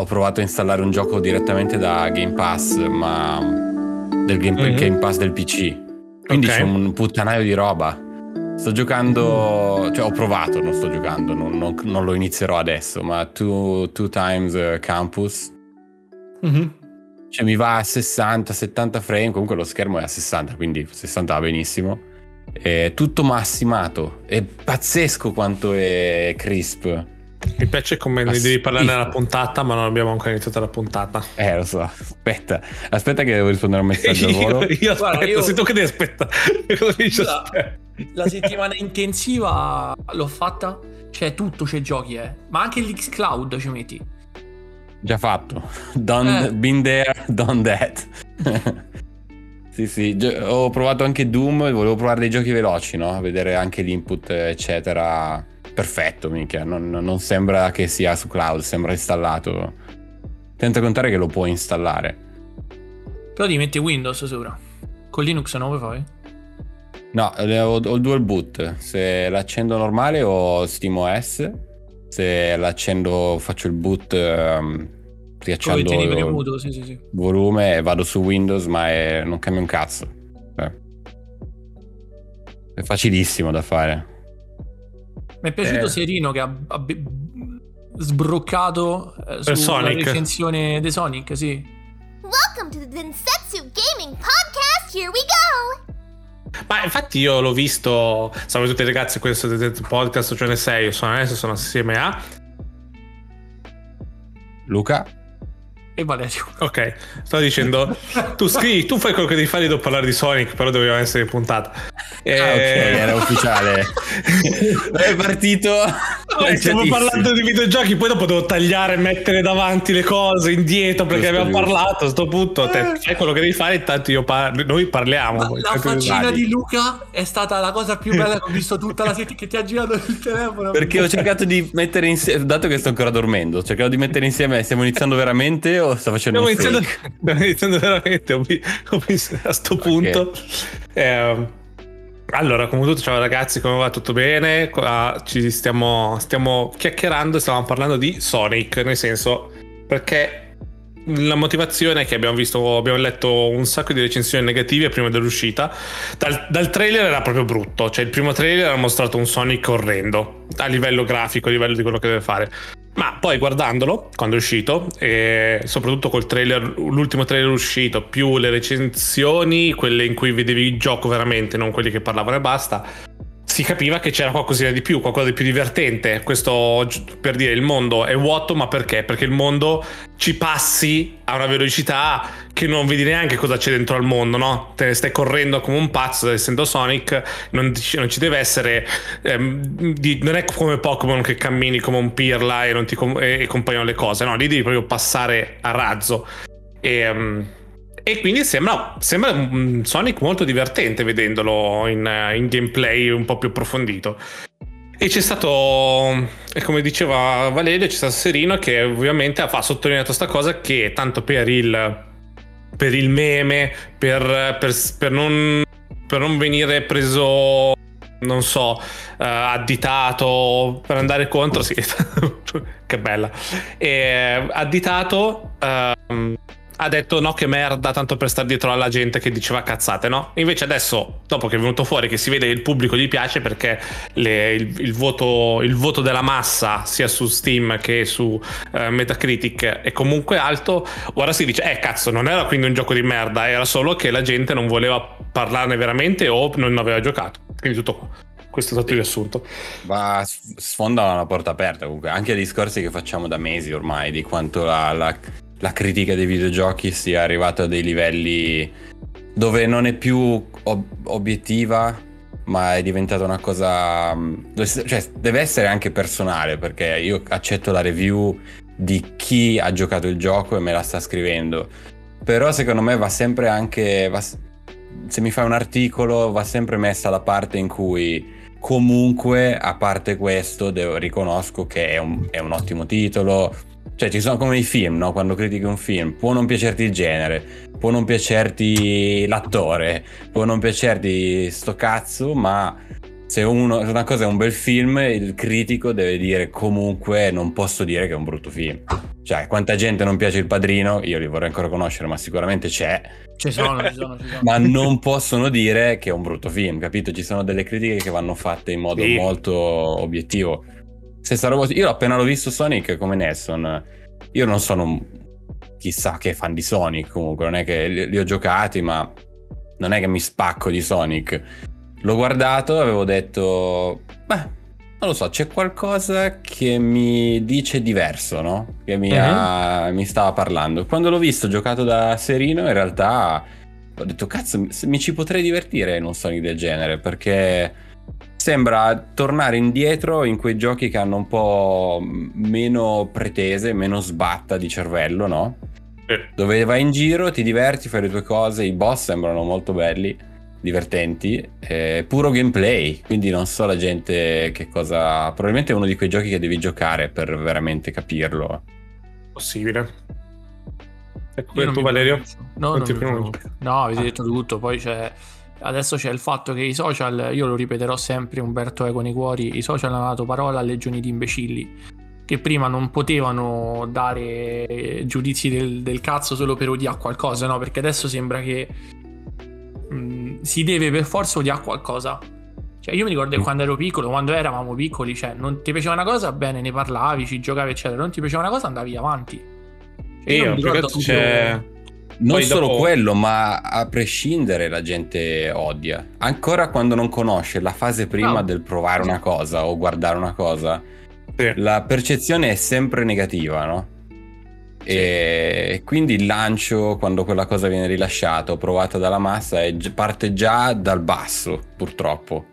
ho provato a installare un gioco direttamente da Game Pass, ma del Game Pass del PC. Quindi c'è un puttanaio di roba. Sto giocando, cioè ho provato, non sto giocando, non lo inizierò adesso, ma Two Times Campus. Cioè mi va a 60-70 frame, comunque lo schermo è a 60, quindi 60 va benissimo. È tutto massimato, è pazzesco quanto è crisp. Mi piace come ne devi parlare nella puntata, ma non abbiamo ancora iniziato la puntata. Lo so, aspetta che devo rispondere a un messaggio al volo. Io aspetto, sei tu che devi aspettare. La settimana intensiva l'ho fatta, c'è tutto, c'è giochi, ma anche l'Xcloud ci metti. Già fatto. Been there, done that. Sì, ho provato anche Doom, volevo provare dei giochi veloci, no? Vedere anche l'input, eccetera. Perfetto, minchia, non sembra che sia su cloud, sembra installato. Tenta contare che lo puoi installare. Però ti metti Windows sopra. Con Linux non lo fai? No, ho il dual boot. Se l'accendo normale ho SteamOS. Se l'accendo faccio il boot, riaccendo il volume e vado su Windows, ma non cambia un cazzo. È facilissimo da fare. Mi è piaciuto Serino che ha sbroccato sulla recensione di Sonic, sì. Welcome to the Densetsu Gaming Podcast, here we go! Ma infatti io l'ho visto, salve tutti ragazzi, questo è il podcast, ce ne sei, io sono assieme a Luca e Valerio. Ok, stavo dicendo, tu scrivi, tu fai quello che devi fare, devo parlare di Sonic, però doveva essere in puntata. Ok, era ufficiale. È partito. Stiamo parlando di videogiochi, poi dopo devo tagliare e mettere davanti le cose indietro perché abbiamo parlato a sto punto. Te fai quello che devi fare, intanto noi parliamo. La faccina di Luca è stata la cosa più bella che ho visto tutta la settimana, che ti ha girato il telefono. Perché ho cercato di mettere insieme, dato che sto ancora dormendo, ho cercato di mettere insieme, stiamo iniziando veramente o sto facendo un fake? Stiamo iniziando veramente, ho visto a sto punto. Allora, come tutto, ciao ragazzi, come va? Tutto bene? Ci stiamo chiacchierando, stavamo parlando di Sonic, nel senso, perché la motivazione è che abbiamo letto un sacco di recensioni negative prima dell'uscita. Dal trailer era proprio brutto, cioè il primo trailer ha mostrato un Sonic orrendo a livello grafico, a livello di quello che deve fare. Ma poi guardandolo quando è uscito, e soprattutto col trailer, l'ultimo trailer uscito, più le recensioni, quelle in cui vedevi il gioco veramente, non quelli che parlavano e basta, si capiva che c'era qualcosina di più, qualcosa di più divertente. Questo per dire, il mondo è vuoto, ma perché? Perché il mondo ci passi a una velocità che non vedi neanche cosa c'è dentro al mondo, no? Te ne stai correndo come un pazzo, essendo Sonic, non ci deve essere non è come Pokémon che cammini come un pirla e non ti e compaiono le cose, no? Lì devi proprio passare a razzo. E quindi sembra un Sonic molto divertente vedendolo in gameplay un po' più approfondito. E c'è stato, e come diceva Valerio, c'è stato Serino che ovviamente ha sottolineato sta cosa, che tanto per il meme, per non venire preso, non so, additato, per andare contro, sì, che bella, e additato, ha detto no, che merda, tanto per star dietro alla gente che diceva cazzate, no? Invece adesso, dopo che è venuto fuori che si vede che il pubblico gli piace, perché il voto della massa sia su Steam che su Metacritic è comunque alto, ora si dice cazzo, non era quindi un gioco di merda, era solo che la gente non voleva parlarne veramente o non aveva giocato. Quindi tutto qua. Questo è stato il riassunto. Ma sfonda una porta aperta comunque, anche a discorsi che facciamo da mesi ormai, di quanto la critica dei videogiochi sia arrivata a dei livelli dove non è più obiettiva, ma è diventata una cosa, cioè deve essere anche personale, perché io accetto la review di chi ha giocato il gioco e me la sta scrivendo, però secondo me va sempre anche, se mi fai un articolo va sempre messa la parte in cui comunque, a parte questo, riconosco che è un ottimo titolo. Cioè ci sono come i film, no? Quando critichi un film può non piacerti il genere, può non piacerti l'attore, può non piacerti sto cazzo, ma se una cosa è un bel film, il critico deve dire comunque non posso dire che è un brutto film. Cioè, quanta gente non piace Il Padrino, io li vorrei ancora conoscere, ma sicuramente c'è. Ci sono. Ma non possono dire che è un brutto film, capito? Ci sono delle critiche che vanno fatte in modo molto obiettivo. Stessa roba, io appena l'ho visto Sonic come Nelson, io non sono chissà che fan di Sonic, comunque non è che li ho giocati, ma non è che mi spacco di Sonic. L'ho guardato, avevo detto, beh, non lo so, c'è qualcosa che mi dice diverso, no? Che mi stava parlando. Quando l'ho visto giocato da Serino, in realtà ho detto, cazzo, mi ci potrei divertire in un Sonic del genere, perché sembra tornare indietro in quei giochi che hanno un po' meno pretese, meno sbatta di cervello, no? Dove vai in giro, ti diverti, fai le tue cose, i boss sembrano molto belli, divertenti, puro gameplay, quindi non so la gente che cosa, probabilmente è uno di quei giochi che devi giocare per veramente capirlo. Possibile. Ecco, tu Valerio? No, avete detto tutto. Poi adesso c'è il fatto che i social, io lo ripeterò sempre, Umberto Eco nei cuori, i social hanno dato parola a legioni di imbecilli che prima non potevano dare giudizi del cazzo solo per odiare qualcosa, no? Perché adesso sembra che si deve per forza odiare qualcosa. Cioè, io mi ricordo che quando ero piccolo, quando eravamo piccoli, cioè, non ti piaceva una cosa, bene, ne parlavi, ci giocavi, eccetera. Non ti piaceva una cosa, andavi avanti. Non solo quello, ma a prescindere la gente odia. Ancora quando non conosce la fase prima del provare una cosa o guardare una cosa, la percezione è sempre negativa, no? E quindi il lancio, quando quella cosa viene rilasciata o provata dalla massa, parte già dal basso, purtroppo.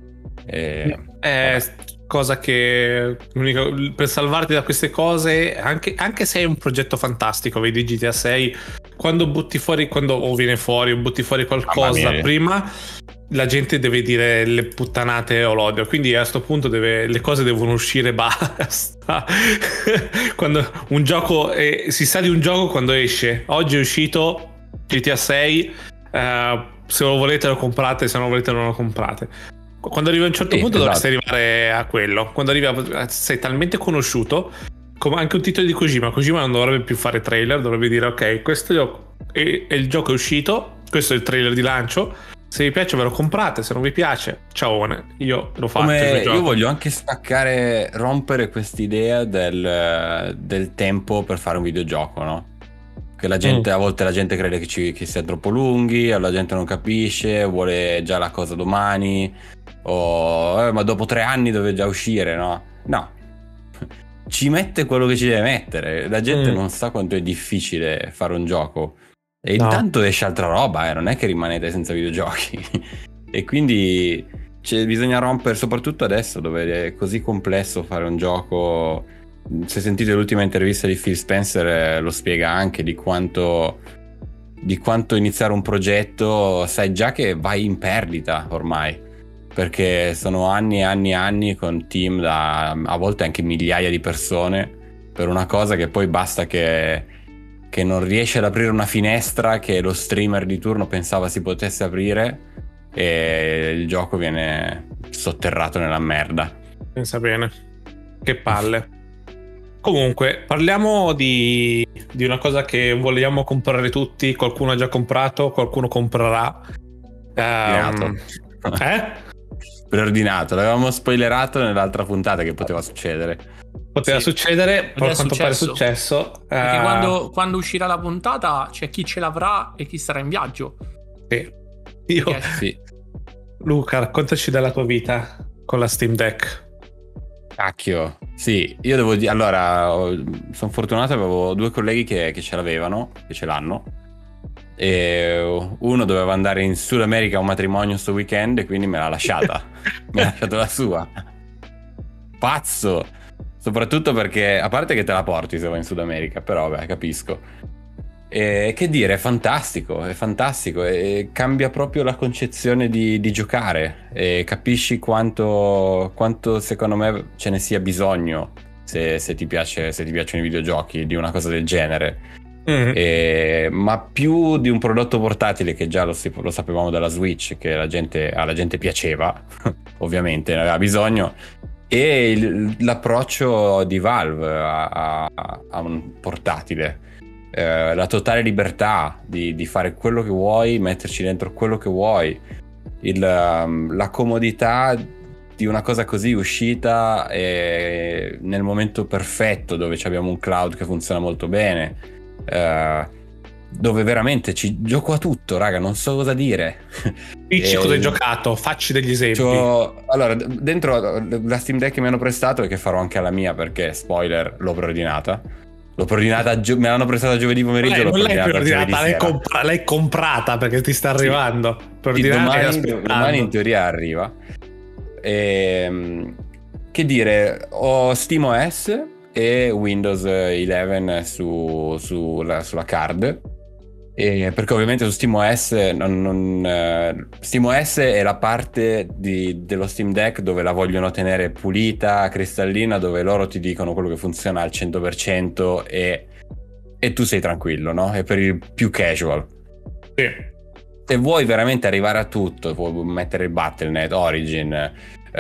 Cosa che per salvarti da queste cose, anche se è un progetto fantastico, vedi GTA 6, quando butti fuori, o viene fuori o butti fuori qualcosa prima, la gente deve dire le puttanate o l'odio, quindi a sto punto le cose devono uscire, basta. Quando un gioco si sa di un gioco quando esce. Oggi è uscito GTA 6, se lo volete lo comprate, se non lo volete non lo comprate. Quando arrivi a un certo punto dovresti arrivare a quello. Quando arrivi sei talmente conosciuto, come anche un titolo di Kojima non dovrebbe più fare trailer, dovrebbe dire ok, questo è il gioco è uscito, questo è il trailer di lancio, se vi piace ve lo comprate, se non vi piace ciaone, io lo faccio. Io voglio anche rompere quest'idea del tempo per fare un videogioco, no? Che la gente a volte la gente crede che sia troppo lunghi, la gente non capisce, vuole già la cosa domani, ma dopo 3 anni deve già uscire, no? Ci mette quello che ci deve mettere. La gente non sa quanto è difficile fare un gioco, e intanto esce altra roba, non è che rimanete senza videogiochi. E quindi bisogna rompere, soprattutto adesso dove è così complesso fare un gioco. Se sentite l'ultima intervista di Phil Spencer, lo spiega anche di quanto iniziare un progetto, sai già che vai in perdita ormai, perché sono anni e anni e anni con team da a volte anche migliaia di persone per una cosa che poi basta che non riesce ad aprire una finestra che lo streamer di turno pensava si potesse aprire, e il gioco viene sotterrato nella merda. Pensa bene, che palle. Comunque, parliamo di una cosa che vogliamo comprare tutti. Qualcuno ha già comprato, qualcuno comprerà. Preordinato, l'avevamo spoilerato nell'altra puntata che poteva succedere. Succedere, per quanto pare è successo. Perché quando uscirà la puntata c'è chi ce l'avrà e chi sarà in viaggio. Sì. Luca, raccontaci della tua vita con la Steam Deck. Cacchio, sì, io devo dire, allora, sono fortunato, avevo 2 colleghi che ce l'avevano, che ce l'hanno, e uno doveva andare in Sud America a un matrimonio sto weekend e quindi me l'ha lasciata, mi ha lasciato la sua. Pazzo, soprattutto perché, a parte che te la porti se vai in Sud America, però vabbè, capisco. E che dire, è fantastico, e cambia proprio la concezione di giocare, e capisci quanto secondo me ce ne sia bisogno se ti piacciono i videogiochi, di una cosa del genere. Ma più di un prodotto portatile, che già lo sapevamo dalla Switch, che alla gente piaceva ovviamente, ne aveva bisogno. e l'approccio di Valve a un portatile, la totale libertà di fare quello che vuoi, metterci dentro quello che vuoi, la comodità di una cosa così uscita nel momento perfetto, dove abbiamo un cloud che funziona molto bene, dove veramente ci gioco a tutto, raga, non so cosa dire. Dici cosa hai giocato, facci degli esempi. Allora, dentro la Steam Deck che mi hanno prestato e che farò anche alla mia, perché spoiler, l'ho preordinata, me l'hanno prestata giovedì pomeriggio. Non l'hai preordinata, l'hai comprata perché ti sta arrivando. Sì, domani in teoria arriva. Che dire, ho SteamOS e Windows 11 sulla card, perché ovviamente su SteamOS SteamOS è la parte dello Steam Deck dove la vogliono tenere pulita, cristallina, dove loro ti dicono quello che funziona al 100% e tu sei tranquillo, no? È per il più casual. Sì. Se vuoi veramente arrivare a tutto, puoi mettere il Battle.net, Origin,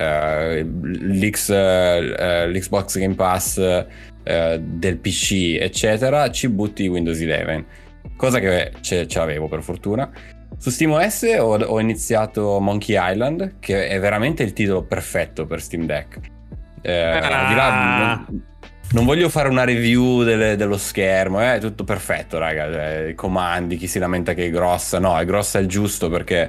l'Xbox Game Pass del PC, eccetera, ci butti Windows 11, cosa che ce l'avevo per fortuna. Su SteamOS ho iniziato Monkey Island, che è veramente il titolo perfetto per Steam Deck. Al di là, non voglio fare una review dello schermo, è tutto perfetto, raga. I comandi, chi si lamenta che è grossa, no, è grossa il giusto, perché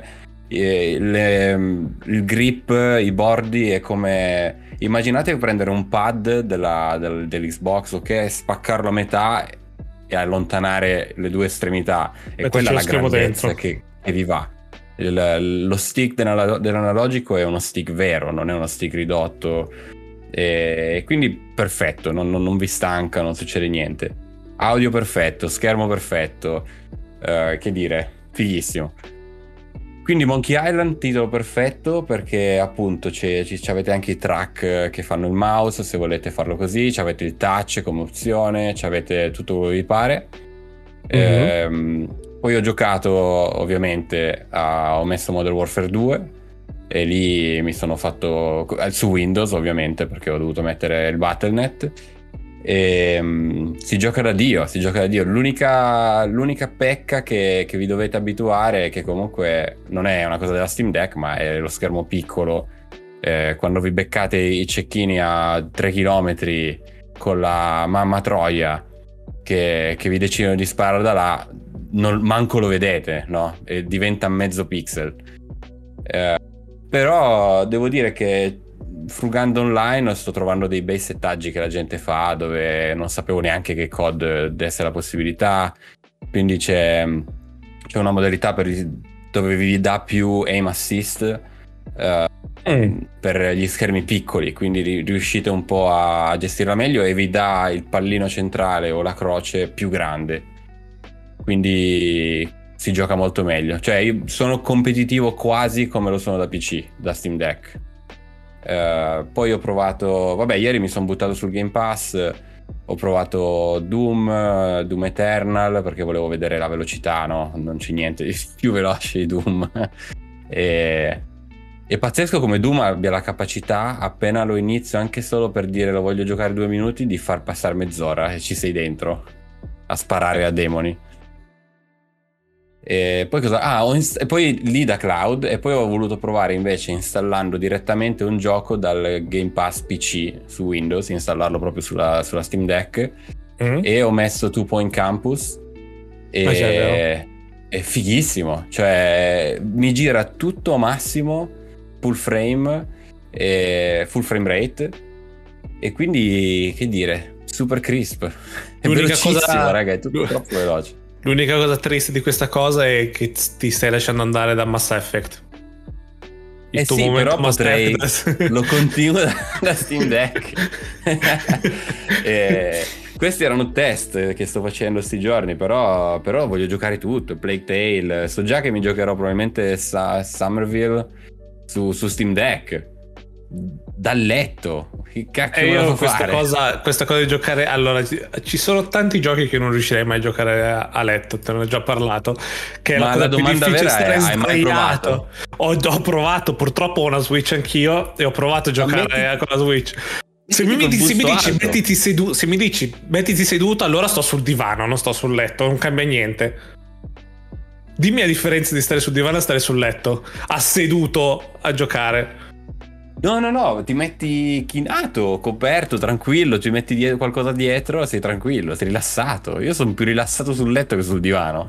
il grip, i bordi è come, immaginate prendere un pad dell'Xbox, ok, spaccarlo a metà e allontanare le due estremità, e quella è la grandezza che vi va. Lo stick dell'analogico è uno stick vero, non è uno stick ridotto, e quindi perfetto, non vi stanca, non succede niente. Audio perfetto, schermo perfetto, che dire, fighissimo. Quindi Monkey Island, titolo perfetto, perché appunto c'avete anche i track che fanno il mouse, se volete farlo così, c'avete il touch come opzione, c'avete tutto quello che vi pare. Poi ho giocato, ovviamente, ho messo Modern Warfare 2 e lì mi sono fatto su Windows, ovviamente, perché ho dovuto mettere il Battle.net. E si gioca da Dio. L'unica pecca che vi dovete abituare è che comunque non è una cosa della Steam Deck, ma è lo schermo piccolo. Quando vi beccate i cecchini a 3 km con la mamma troia che vi decidono di sparare da là, manco lo vedete, no? E diventa mezzo pixel. Però devo dire che frugando online sto trovando dei bei settaggi che la gente fa, dove non sapevo neanche che COD desse la possibilità. Quindi c'è una modalità dove vi dà più aim assist per gli schermi piccoli, quindi riuscite un po' a gestirla meglio, e vi dà il pallino centrale o la croce più grande, quindi si gioca molto meglio. Cioè io sono competitivo quasi come lo sono da PC, da Steam Deck. Poi ho provato, ieri mi sono buttato sul Game Pass, ho provato Doom Eternal, perché volevo vedere la velocità, no? Non c'è niente di più veloce di Doom. È pazzesco come Doom abbia la capacità, appena lo inizio, anche solo per dire lo voglio giocare 2 minuti, di far passare mezz'ora e ci sei dentro a sparare a demoni. E poi e poi lì da cloud, e poi ho voluto provare invece installando direttamente un gioco dal Game Pass PC su Windows, installarlo proprio sulla Steam Deck, e ho messo Two Point Campus è fighissimo, cioè mi gira tutto massimo, full frame rate, e quindi che dire, super crisp, è velocissimo, raga, è tutto troppo veloce. L'unica cosa triste di questa cosa è che ti stai lasciando andare da Mass Effect. Sì, però potrei lo continuo da Steam Deck. Questi erano test che sto facendo sti giorni, però voglio giocare tutto. Plague Tale, so già che mi giocherò probabilmente Somerville su Steam Deck. dal letto. Che cacchio io volevo questa fare? cosa di giocare, allora ci sono tanti giochi che non riuscirei mai a giocare a letto, te ne ho già parlato, che è Ma la cosa la più domanda difficile, vera è, stare hai mai sdraiato. Ho provato, purtroppo ho una Switch anch'io e ho provato a giocare con la Switch. Se mi dici mettiti seduto, allora sto sul divano, non sto sul letto, non cambia niente. Dimmi la differenza di stare sul divano e stare sul letto, a seduto a giocare. No, ti metti chinato, coperto, tranquillo, ti metti qualcosa dietro, sei tranquillo, sei rilassato. Io sono più rilassato sul letto che sul divano.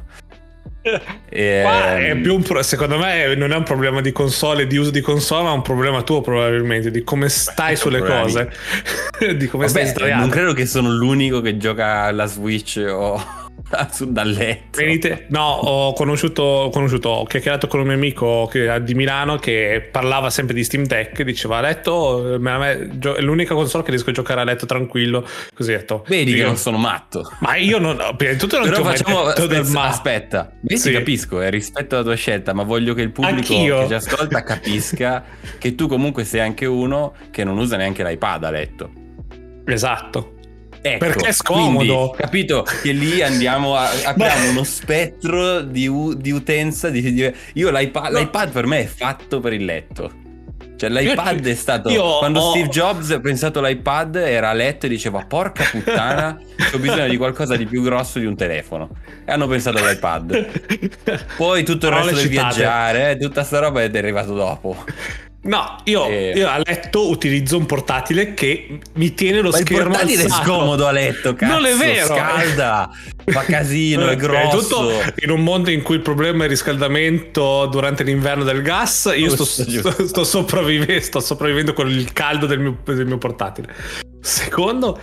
Ma è più secondo me non è un problema di console, di uso di console, ma è un problema tuo probabilmente, di come stai sulle cose. Di come stai sdraiato. Non credo che sono l'unico che gioca alla Switch o dal letto. Ho chiacchierato con un mio amico di Milano che parlava sempre di Steam Deck, diceva a letto è l'unica console che riesco a giocare a letto tranquillo, così ho detto. Vedi che non sono matto. Ma io non prima di tutto non però ti ho facciamo mai detto del aspetta, sì. Capisco, rispetto alla tua scelta, ma voglio che il pubblico che ci ascolta capisca che tu comunque sei anche uno che non usa neanche l'iPad a letto. Esatto. Ecco, perché è scomodo. Quindi, capito che lì apriamo uno spettro di utenza io l'iPad per me è fatto per il letto. Cioè l'iPad è stato quando Steve Jobs ha pensato l'iPad era a letto e diceva porca puttana, ho bisogno di qualcosa di più grosso di un telefono, e hanno pensato all'iPad. Poi tutto il resto del viaggiare, tutta sta roba è arrivato dopo. No, io a letto utilizzo un portatile che mi tiene lo schermo alzato. Il portatile è scomodo a letto, cazzo. Non è vero. Scalda, fa casino, è grosso. Tutto in un mondo in cui il problema è il riscaldamento durante l'inverno del gas, io sto sopravvivendo con il caldo del mio portatile. Secondo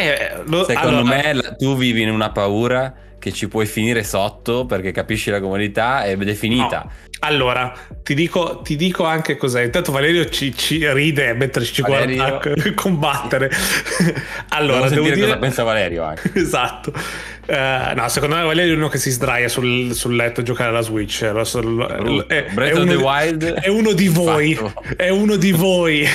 me tu vivi in una paura che ci puoi finire sotto perché capisci la comodità è definita. No. Allora, ti dico anche cos'è. Intanto Valerio ci ride mentre ci guarda combattere. Allora, devo dire cosa pensa Valerio anche. Esatto. No, secondo me Valerio è uno che si sdraia sul letto a giocare alla Switch. Breath of the Wild è uno di voi. È uno di voi.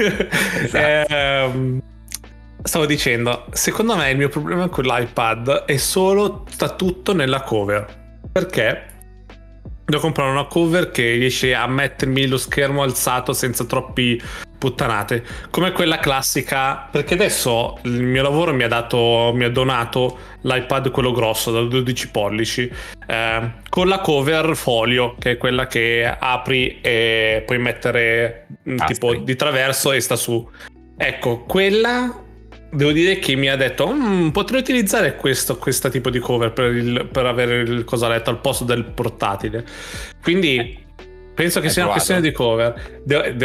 Esatto. Stavo dicendo, secondo me il mio problema con l'iPad sta tutto nella cover. Perché devo comprare una cover che riesce a mettermi lo schermo alzato senza troppi puttanate, come quella classica, perché adesso il mio lavoro mi ha donato l'iPad quello grosso da 12 pollici con la cover folio, che è quella che apri e puoi mettere tipo di traverso e sta su. Ecco, quella devo dire che mi ha detto potrei utilizzare questo tipo di cover per avere il cosaletto al posto del portatile, quindi penso che sia una questione di cover.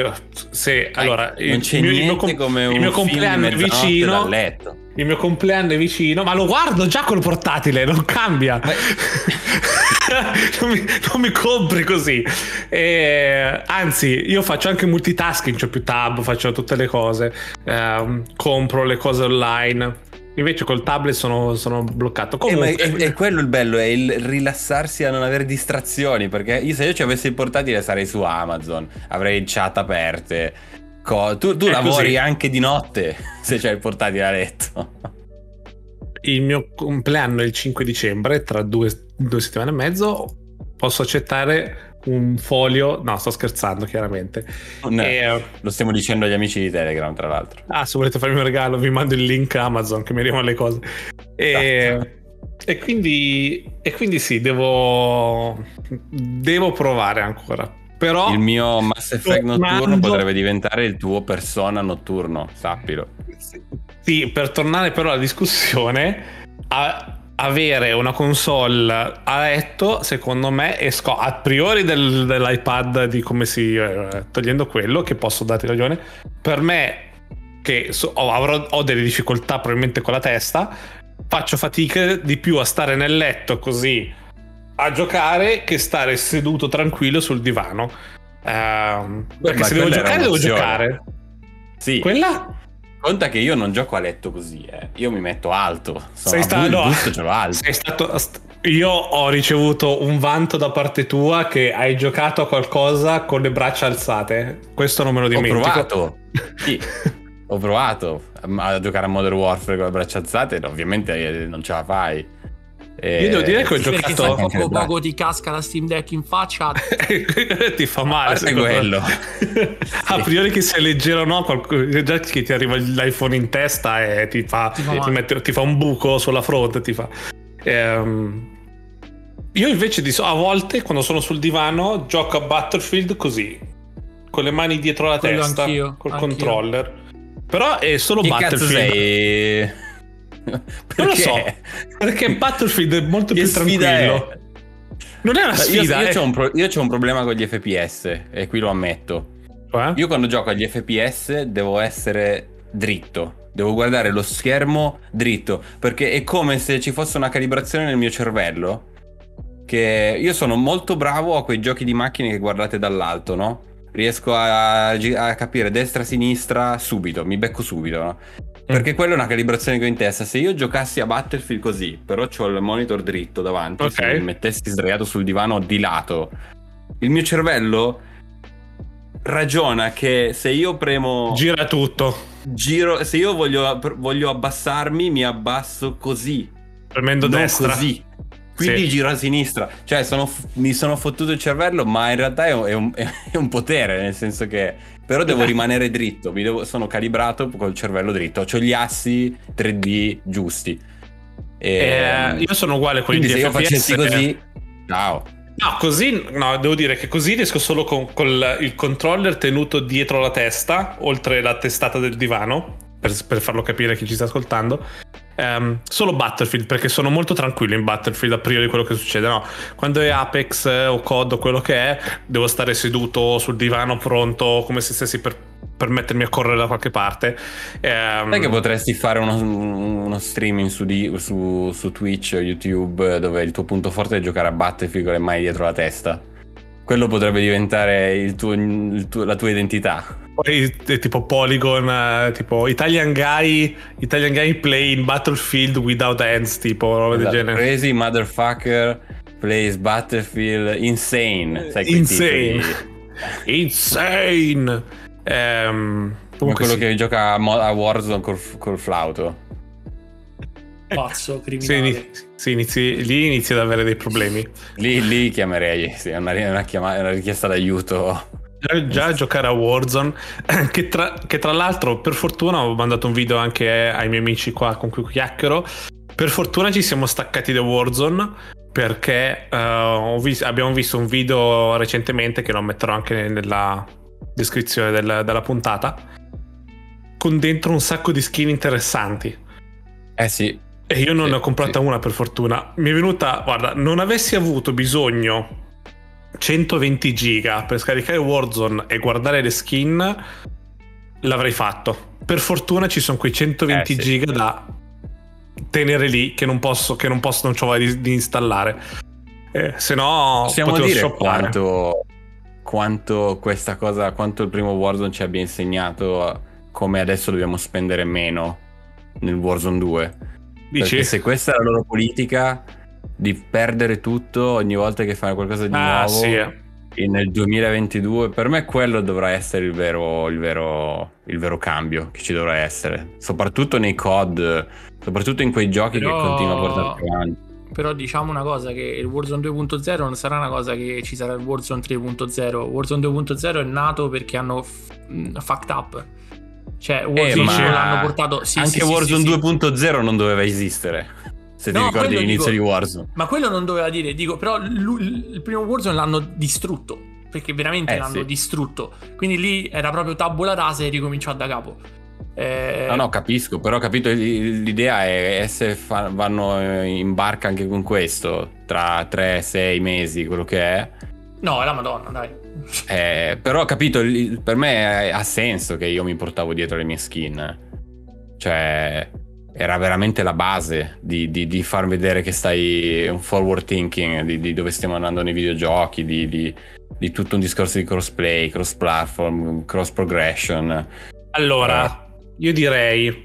Allora non c'è niente come un film di mezzanotte dal letto. Il mio compleanno è vicino, ma lo guardo già col portatile, non cambia. non mi compri così. Anzi, io faccio anche multitasking, c'ho più tab, faccio tutte le cose, compro le cose online. Invece col tablet sono bloccato. Comunque, è quello il bello, è il rilassarsi a non avere distrazioni, perché se io ci avessi il portatile sarei su Amazon, avrei chat aperte. Tu lavori così anche di notte se c'hai il portatile a letto. Il mio compleanno è il 5 dicembre, tra due settimane e mezzo. Posso accettare un foglio? No, sto scherzando chiaramente. No, lo stiamo dicendo agli amici di Telegram, tra l'altro. Se volete farmi un regalo vi mando il link Amazon che mi arrivano le cose. E quindi sì, devo provare ancora. Però il mio Mass Effect notturno potrebbe diventare il tuo Persona notturno, sappilo. Sì, per tornare però alla discussione, avere una console a letto, secondo me, a priori dell'iPad, di come si togliendo quello, che posso darti ragione, per me che ho delle difficoltà probabilmente con la testa, faccio fatica di più a stare nel letto così a giocare che stare seduto tranquillo sul divano, perché se devo giocare. Sì, quella conta che io non gioco a letto così, io mi metto alto, ce l'ho alto. Io ho ricevuto un vanto da parte tua che hai giocato a qualcosa con le braccia alzate. Questo non me lo dimentico. Sì, ho provato a giocare a Modern Warfare con le braccia alzate, ovviamente non ce la fai. Io devo dire che ho perché giocato se poco ti casca la Steam Deck in faccia ti fa male, è quello. A priori che sia leggero o no, già che ti arriva l'iPhone in testa e ti fa un buco sulla fronte, ti fa. Io invece a volte quando sono sul divano gioco a Battlefield così, con le mani dietro la testa, col controller. Però è solo che Battlefield. Cazzo sei? Non lo so, perché Battlefield è molto più tranquillo. Non è una sfida. Io c'ho un problema con gli FPS e qui lo ammetto. Io quando gioco agli FPS devo essere dritto, devo guardare lo schermo dritto, perché è come se ci fosse una calibrazione nel mio cervello. Che io sono molto bravo a quei giochi di macchine che guardate dall'alto, no? Riesco a capire destra, sinistra subito, mi becco subito, no? Perché quella è una calibrazione che ho in testa. Se io giocassi a Battlefield così, però c'ho il monitor dritto davanti, se mi mettessi sdraiato sul divano di lato, il mio cervello ragiona che se io premo... gira tutto. Se io voglio abbassarmi, mi abbasso così. Premendo destra. Così. Quindi giro a sinistra. Cioè mi sono fottuto il cervello, ma in realtà è un potere, nel senso che... Però devo rimanere dritto, sono calibrato col cervello dritto. C'ho gli assi 3D giusti. Io sono uguale con gli FPS. Se io facessi così... Ciao. No, così no, devo dire che così riesco solo con il controller tenuto dietro la testa, oltre la testata del divano, per farlo capire a chi ci sta ascoltando. Solo Battlefield, perché sono molto tranquillo in Battlefield a priori quello che succede, no? Quando è Apex o COD o quello che è, devo stare seduto sul divano pronto come se stessi per mettermi a correre da qualche parte. Sai che potresti fare uno streaming su Twitch o YouTube dove il tuo punto forte è giocare a Battlefield con le mani dietro la testa? Quello potrebbe diventare la tua identità. Poi tipo Polygon, tipo Italian guy play in Battlefield without hands, tipo roba del genere. Crazy motherfucker plays Battlefield insane. Sai insane. Insane. Come quello che gioca a Warzone col flauto. Pazzo, criminale. Sì, lì inizi ad avere dei problemi. Lì chiamerei, sì, è una richiesta d'aiuto. Già giocare a Warzone, che tra l'altro per fortuna ho mandato un video anche ai miei amici qua con cui chiacchiero. Per fortuna ci siamo staccati da Warzone, perché abbiamo visto un video recentemente che lo metterò anche nella descrizione della puntata, con dentro un sacco di skin interessanti. Sì. E io non ne ho comprata una, per fortuna. Mi è venuta, guarda, non avessi avuto bisogno 120 giga per scaricare Warzone e guardare le skin, l'avrei fatto. Per fortuna ci sono quei 120 giga da tenere lì che non posso non c'ho voglia di installare. Se no possiamo dire quanto questa cosa, quanto il primo Warzone ci abbia insegnato come adesso dobbiamo spendere meno nel Warzone 2. Dici? Perché se questa è la loro politica di perdere tutto ogni volta che fanno qualcosa di nuovo, e nel 2022, per me quello dovrà essere il vero cambio che ci dovrà essere, soprattutto nei COD, soprattutto in quei giochi che continuano a portare avanti. Però diciamo una cosa, che il Warzone 2.0 non sarà una cosa che ci sarà il Warzone 3.0. Warzone 2.0 è nato perché hanno fucked up. Cioè Warzone l'hanno portato anche Warzone 2.0 non doveva esistere, se ti ricordi l'inizio di Warzone. Ma quello non doveva dire, però il primo Warzone l'hanno distrutto, perché veramente l'hanno distrutto. Quindi lì era proprio tabula rasa e ricominciò da capo. No, capisco, però capito, l'idea è se vanno in barca anche con questo tra 3-6 mesi, quello che è. No, è la Madonna, dai. Però capito, per me ha senso che io mi portavo dietro le mie skin. Cioè era veramente la base di far vedere che stai un forward thinking di dove stiamo andando nei videogiochi, di tutto un discorso di crossplay, cross platform, cross progression. Allora io direi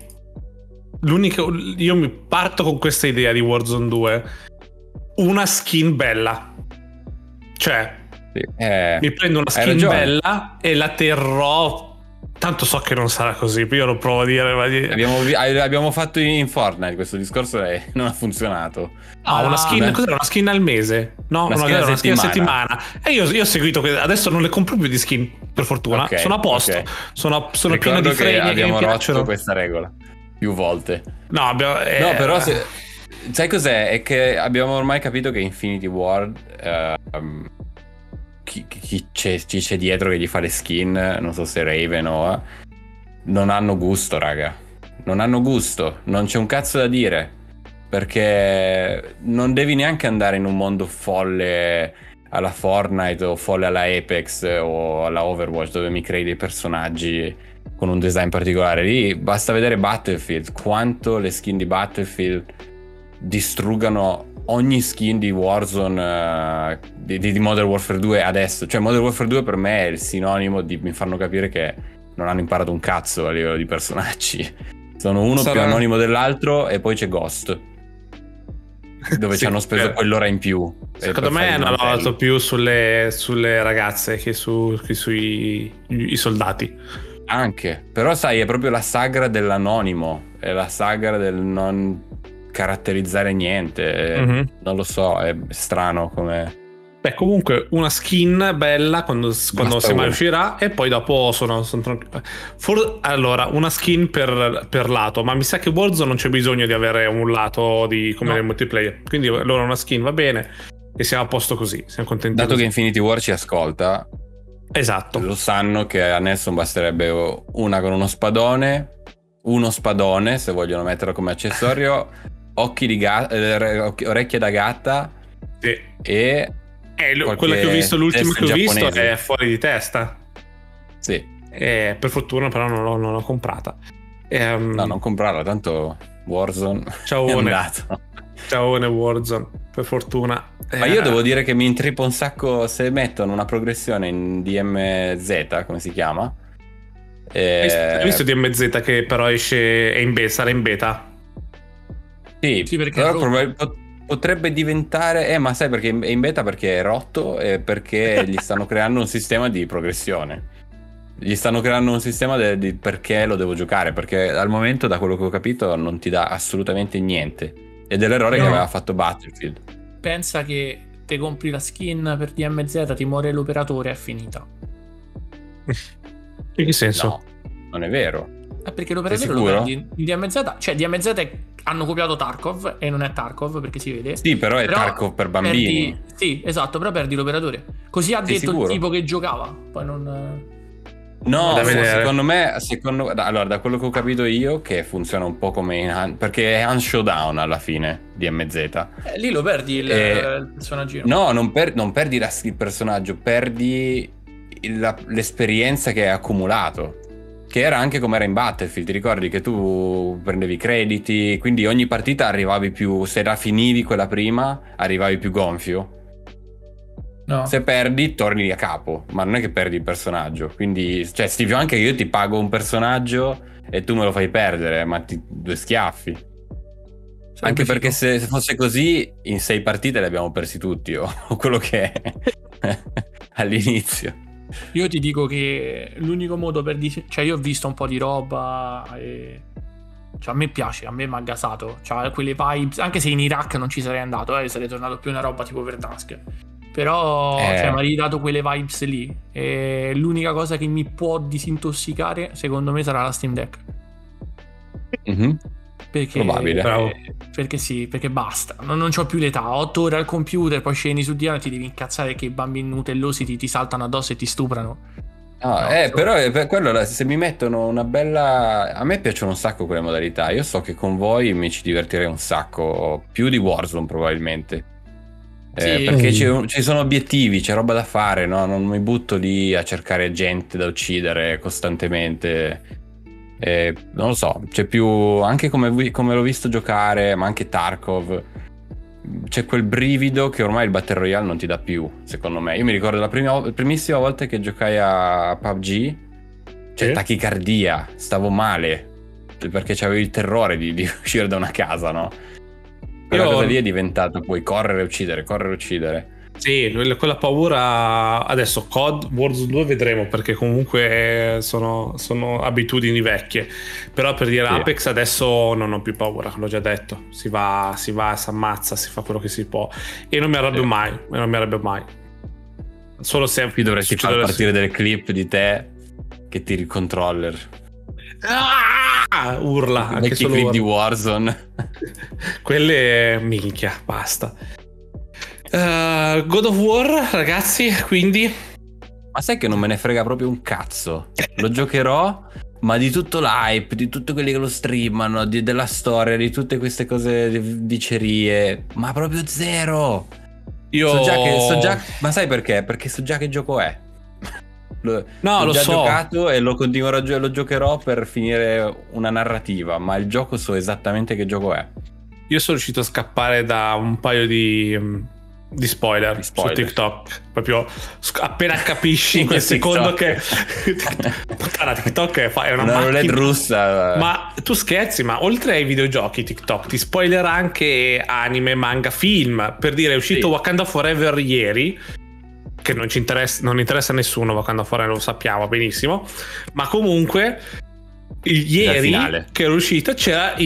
io mi parto con questa idea di Warzone 2, una skin bella, cioè mi prendo una skin bella e la terrò tanto so che non sarà così, io lo provo a dire, Abbiamo fatto in Fortnite questo discorso e non ha funzionato. Una skin, cos'era? Una skin al mese? No, una skin a settimana. E io ho seguito, adesso non le compro più di skin, per fortuna. Okay, sono a posto. Okay. Sono pieno di freni che abbiamo mi rotto piacciono. questa regola più volte. No, però sai cos'è? È che abbiamo ormai capito che Infinity Ward chi c'è dietro che gli fa le skin, non so se Raven o non hanno gusto, raga. Non hanno gusto, non c'è un cazzo da dire, perché non devi neanche andare in un mondo folle alla Fortnite o folle alla Apex o alla Overwatch dove mi crei dei personaggi con un design particolare. Lì basta vedere Battlefield, quanto le skin di Battlefield distruggano ogni skin di Warzone, di Modern Warfare 2 adesso. Cioè Modern Warfare 2 per me è il sinonimo di mi fanno capire che non hanno imparato un cazzo a livello di personaggi. Sono uno più anonimo dell'altro e poi c'è Ghost, dove ci hanno speso quell'ora in più. Secondo me hanno lavorato più sulle ragazze che sui soldati. Anche, però sai, è proprio la sagra dell'anonimo, è la sagra del non caratterizzare niente. Non lo so, è strano come... Beh, comunque una skin bella quando mai uscirà, e poi dopo sono tranquillo. Allora, una skin per lato, ma mi sa che Warzone non c'è bisogno di avere un lato come nel multiplayer, quindi allora una skin va bene e siamo a posto così, siamo contenti. Dato così. che Infinity War ci ascolta, esatto, lo sanno che a Nelson basterebbe una con uno spadone se vogliono metterlo come accessorio, orecchie da gatta, sì. E quello che ho visto, l'ultimo che ho visto è fuori di testa. Sì. Per fortuna però non l'ho comprata. No, non comprarla, tanto Warzone è andato. Ciaone Warzone, per fortuna. Ma io devo dire che mi intrippa un sacco se mettono una progressione in DMZ, come si chiama? Hai visto DMZ che però sarà in beta? Sì, perché però potrebbe diventare, ma sai perché è in beta? Perché è rotto e perché gli stanno creando un sistema di progressione. Gli stanno creando un sistema di perché lo devo giocare, perché al momento, da quello che ho capito, non ti dà assolutamente niente. Ed è l'errore che aveva fatto Battlefield. Pensa che te compri la skin per DMZ, ti muore l'operatore, è finita. In che senso? No, non è vero. Perché l'operatore lo perdi in DMZ. Cioè DMZ hanno copiato Tarkov e non è Tarkov, perché si vede. Sì, però è Tarkov per bambini. Sì, esatto, però perdi l'operatore. Così ha detto sicuro? Il tipo che giocava. Poi non... No, secondo me, allora, da quello che ho capito io, che funziona un po' come perché è un showdown alla fine di DMZ. Lì lo perdi il personaggio. No, non perdi il personaggio, perdi l'esperienza che hai accumulato. Che era anche come era in Battlefield, ti ricordi che tu prendevi crediti, quindi ogni partita arrivavi più, se la finivi quella prima, arrivavi più gonfio. No. Se perdi torni a capo, ma non è che perdi il personaggio. Quindi, cioè, Steve, anche io ti pago un personaggio e tu me lo fai perdere, ma due schiaffi. Sarebbe anche perché se fosse così, in 6 partite le abbiamo persi tutti, o quello che è all'inizio. Io ti dico che l'unico modo per dire, cioè io ho visto un po' di roba e cioè a me piace, a me mi ha gasato, cioè quelle vibes, anche se in Iraq non ci sarei andato, sarei tornato più una roba tipo Verdansk. Però cioè, mi ha ridato quelle vibes lì. E l'unica cosa che mi può disintossicare, secondo me, sarà la Steam Deck. Perché, probabile. Perché sì, perché basta. Non c'ho più l'età. 8 ore al computer, poi scendi sul divano e ti devi incazzare che i bambini nutellosi ti saltano addosso e ti stuprano. Però per quello, se mi mettono una bella... A me piacciono un sacco quelle modalità. Io so che con voi mi ci divertirei un sacco. Più di Warzone probabilmente. Sì. Perché ci sono obiettivi, c'è roba da fare, no? Non mi butto lì a cercare gente da uccidere costantemente. Non lo so, c'è più, anche come l'ho visto giocare, ma anche Tarkov, c'è quel brivido che ormai il Battle Royale non ti dà più, secondo me. Io mi ricordo la primissima volta che giocai a PUBG, cioè tachicardia, stavo male perché c'avevo il terrore di uscire da una casa, no? Quella cosa lì è diventata poi correre e uccidere. Sì, quella paura adesso COD Warzone 2 vedremo, perché comunque sono abitudini vecchie, però per dire Sì. Apex adesso non ho più paura, l'ho già detto, si va, si ammazza, si fa quello che si può e non mi arrabbio mai. Solo se Qui dovresti far succederà- partire delle clip di te che tiri il controller. urla, anche Vecchi solo clip di urla. Warzone. Quelle minchia, basta. God of War, ragazzi, quindi Ma sai che non me ne frega proprio un cazzo. Lo giocherò, ma di tutto l'hype, di tutti quelli che lo streamano, della storia, di tutte queste cose, dicerie, ma proprio zero. io So già, ma sai perché? Perché so già che gioco è. L'ho lo già so. giocato e lo continuerò lo giocherò per finire una narrativa, ma il gioco so esattamente che gioco è. Io sono riuscito a scappare da un paio di spoiler, Di spoiler. su TikTok. Proprio appena capisci in quel secondo che puttana, TikTok è una roulette macchina russa. Ma tu scherzi, ma oltre ai videogiochi TikTok ti spoilerà anche anime, manga, film. Per dire, è uscito Sì. Wakanda Forever ieri, che non interessa a nessuno, Wakanda Forever, lo sappiamo benissimo, ma comunque ieri finale. che era uscita c'erano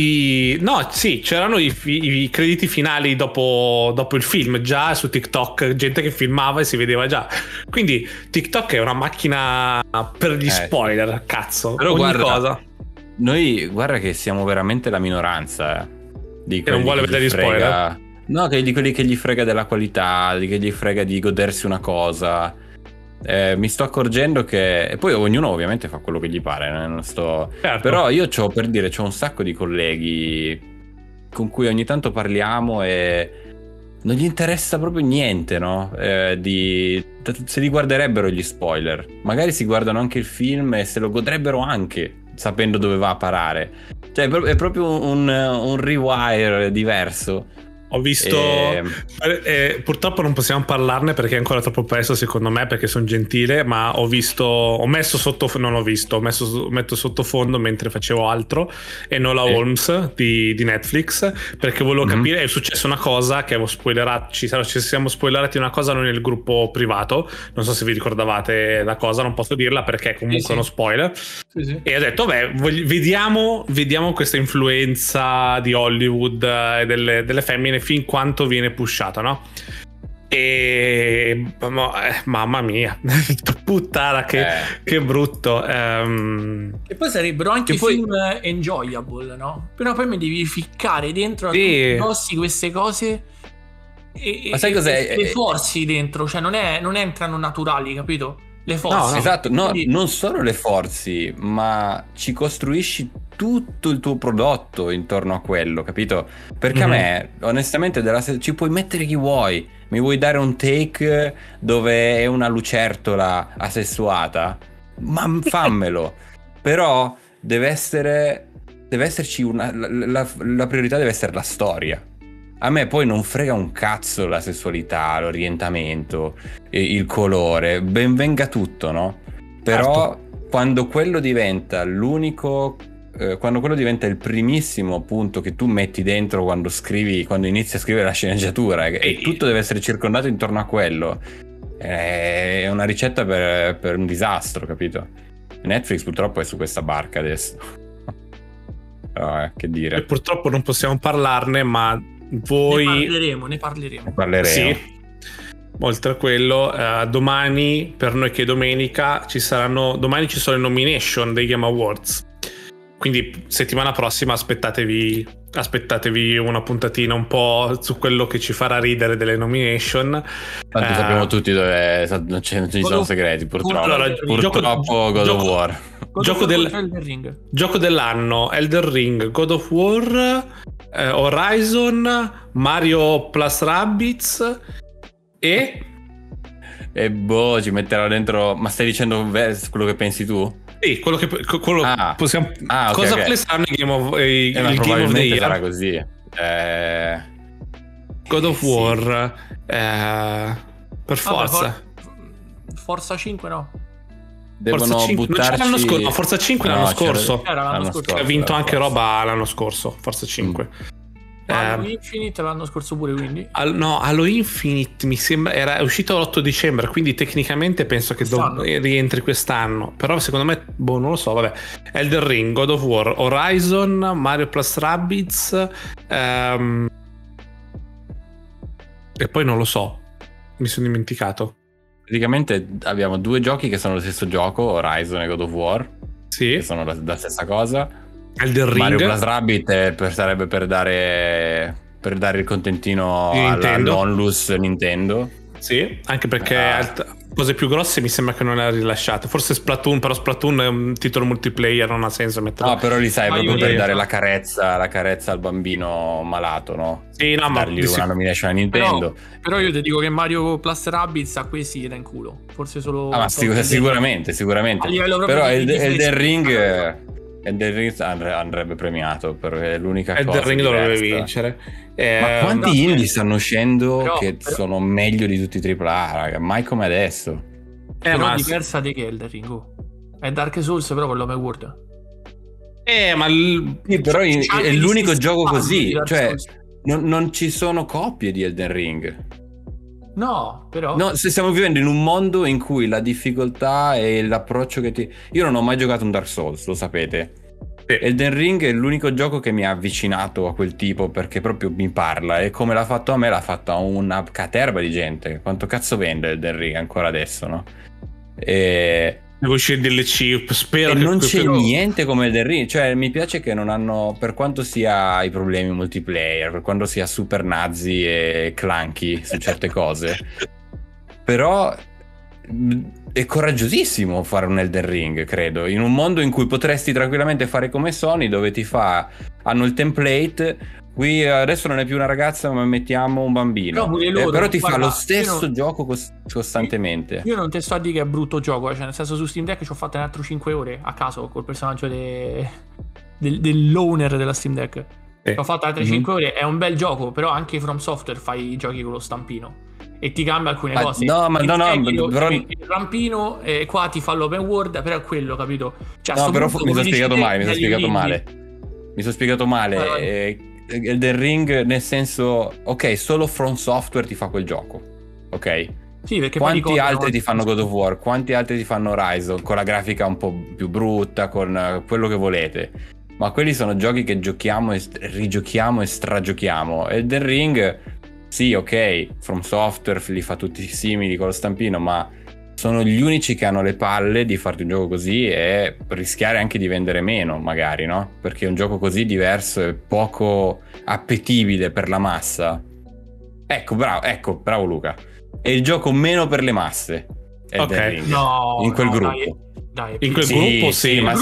i crediti finali dopo il film, già su TikTok, gente che filmava e si vedeva già. Quindi TikTok è una macchina per gli spoiler, cazzo. Però ogni guarda, cosa. Noi guarda che siamo veramente la minoranza di Che non quelli vuole che vedere gli gli spoiler. frega. No, che di quelli che gli frega della qualità, che gli frega di godersi una cosa. Mi sto accorgendo che... E poi ognuno ovviamente fa quello che gli pare, non sto... Certo. Però io c'ho un sacco di colleghi con cui ogni tanto parliamo e non gli interessa proprio niente, no? Se li guarderebbero gli spoiler. Magari si guardano anche il film e se lo godrebbero anche, sapendo dove va a parare. Cioè è proprio un rewire diverso. Ho visto purtroppo non possiamo parlarne perché è ancora troppo presto secondo me, perché sono gentile, ma metto sottofondo mentre facevo altro Enola Holmes di Netflix, perché volevo capire. È successa una cosa che avevo spoilerato, ci siamo spoilerati una cosa noi nel gruppo privato, non so se vi ricordavate la cosa, non posso dirla perché comunque è uno spoiler. Sì. E ho detto vediamo questa influenza di Hollywood e delle femmine fin quanto viene pushata, no? E mamma mia, puttana, che brutto. E poi sarebbero anche film enjoyable, no? Però poi mi devi ficcare dentro a tutti i grossi queste cose Ma sai cos'è? Le forzi dentro, cioè non entrano naturali, capito? Le forze. No. Esatto, no, Quindi... non solo le forzi, ma ci costruisci tutto il tuo prodotto intorno a quello, capito? Perché a me, onestamente, ci puoi mettere chi vuoi. Mi vuoi dare un take dove è una lucertola asessuata? Ma fammelo. Però deve esserci la priorità deve essere la storia. A me poi non frega un cazzo la sessualità, l'orientamento, il colore, ben venga tutto, no? Però quando quello diventa quando quello diventa il primissimo punto che tu metti dentro quando inizi a scrivere la sceneggiatura e tutto deve essere circondato intorno a quello, è una ricetta per un disastro, capito? Netflix purtroppo è su questa barca adesso. Che dire. E purtroppo non possiamo parlarne, ma Ne parleremo. Sì. Oltre a quello, domani, per noi che è domenica, domani ci sono le nomination dei Game Awards. Quindi settimana prossima aspettatevi una puntatina un po' su quello che ci farà ridere delle nomination. Tanto sappiamo tutti dove non ci sono segreti, purtroppo. Allora, purtroppo God of War. Gioco dell'anno: Elden Ring, God of War, Horizon, Mario plus Rabbids e ci metterò dentro. Ma stai dicendo quello che pensi tu? Sì, quello possiamo. Okay, cosa okay. saranno il Game of the probabilmente Year? sarà così. God of War, per forza. Forza 5 no. Devono Forza 5 buttarci... non c'era l'anno scorso, Forza 5 l'anno scorso. Era l'anno scorso. Ha vinto anche roba l'anno scorso, Forza 5. Halo Infinite l'anno scorso pure, quindi? No, Halo Infinite mi sembra era uscito l'8 dicembre, quindi tecnicamente penso che rientri quest'anno. Però secondo me, non lo so, vabbè. Elden Ring, God of War, Horizon, Mario Plus Rabbids, e poi non lo so, mi sono dimenticato. Praticamente abbiamo 2 giochi che sono lo stesso gioco, Horizon e God of War, sì, che sono la stessa cosa. Elden Ring. Mario Plus Rabbids sarebbe per dare il contentino all'onlus Nintendo. Sì, anche perché cose più grosse mi sembra che non le ha rilasciate. Forse Splatoon, però Splatoon è un titolo multiplayer, non ha senso metterlo. No, però li sai proprio per dare la carezza al bambino malato, no? Sì, no, dargli una nomination a Nintendo. Però io ti dico che Mario Plus Rabbids a questi era in culo. Forse solo... ma sicuramente. Però Elden Ring andrebbe premiato, perché è l'unica cosa. Elden Ring dovrebbe vincere. Ma quanti indie stanno uscendo che sono meglio di tutti i AAA, raga? Mai come adesso. Però diversa di che Elden Ring. È Dark Souls, però con l'Home World. Però è l'unico gioco così. Cioè, non ci sono coppie di Elden Ring. No, però... No, se stiamo vivendo in un mondo in cui la difficoltà e l'approccio che io non ho mai giocato un Dark Souls, lo sapete. Elden Ring è l'unico gioco che mi ha avvicinato a quel tipo, perché proprio mi parla, e come l'ha fatto a me l'ha fatto a una caterba di gente. Quanto cazzo vende Elden Ring ancora adesso, no? Devo uscire delle chip, spero che non c'è niente come Elden Ring. Cioè, mi piace che non hanno, per quanto sia i problemi multiplayer, per quanto sia super nazi e clunky su certe cose, però è coraggiosissimo fare un Elden Ring, credo, in un mondo in cui potresti tranquillamente fare come Sony, dove hanno il template. Qui adesso non è più una ragazza, ma mettiamo un bambino. Però ti fa lo stesso gioco costantemente. Io non te sto a dire che è brutto gioco, cioè nel senso, su Steam Deck ci ho fatto un altro 5 ore a caso col personaggio dell'owner della Steam Deck. Ho fatto altre 5 ore, è un bel gioco, però anche From Software fai i giochi con lo stampino e ti cambia alcune cose. No, però il rampino qua ti fa l'open world, però è quello, capito? Cioè, no, però mi sono spiegato male. Mi sono spiegato male. Elden Ring, nel senso, ok, solo From Software ti fa quel gioco, ok? Sì, perché quanti altri ti fanno God of War? Quanti altri ti fanno Horizon? Con la grafica un po' più brutta, con quello che volete. Ma quelli sono giochi che giochiamo e rigiochiamo e stragiochiamo. Elden Ring, sì, ok, From Software li fa tutti simili con lo stampino, ma sono gli unici che hanno le palle di farti un gioco così e rischiare anche di vendere meno, magari, no? Perché un gioco così diverso e poco appetibile per la massa. Ecco, bravo Luca. È il gioco meno per le masse. Elden Ring. In quel gruppo. Dai, in quel gruppo sì, ma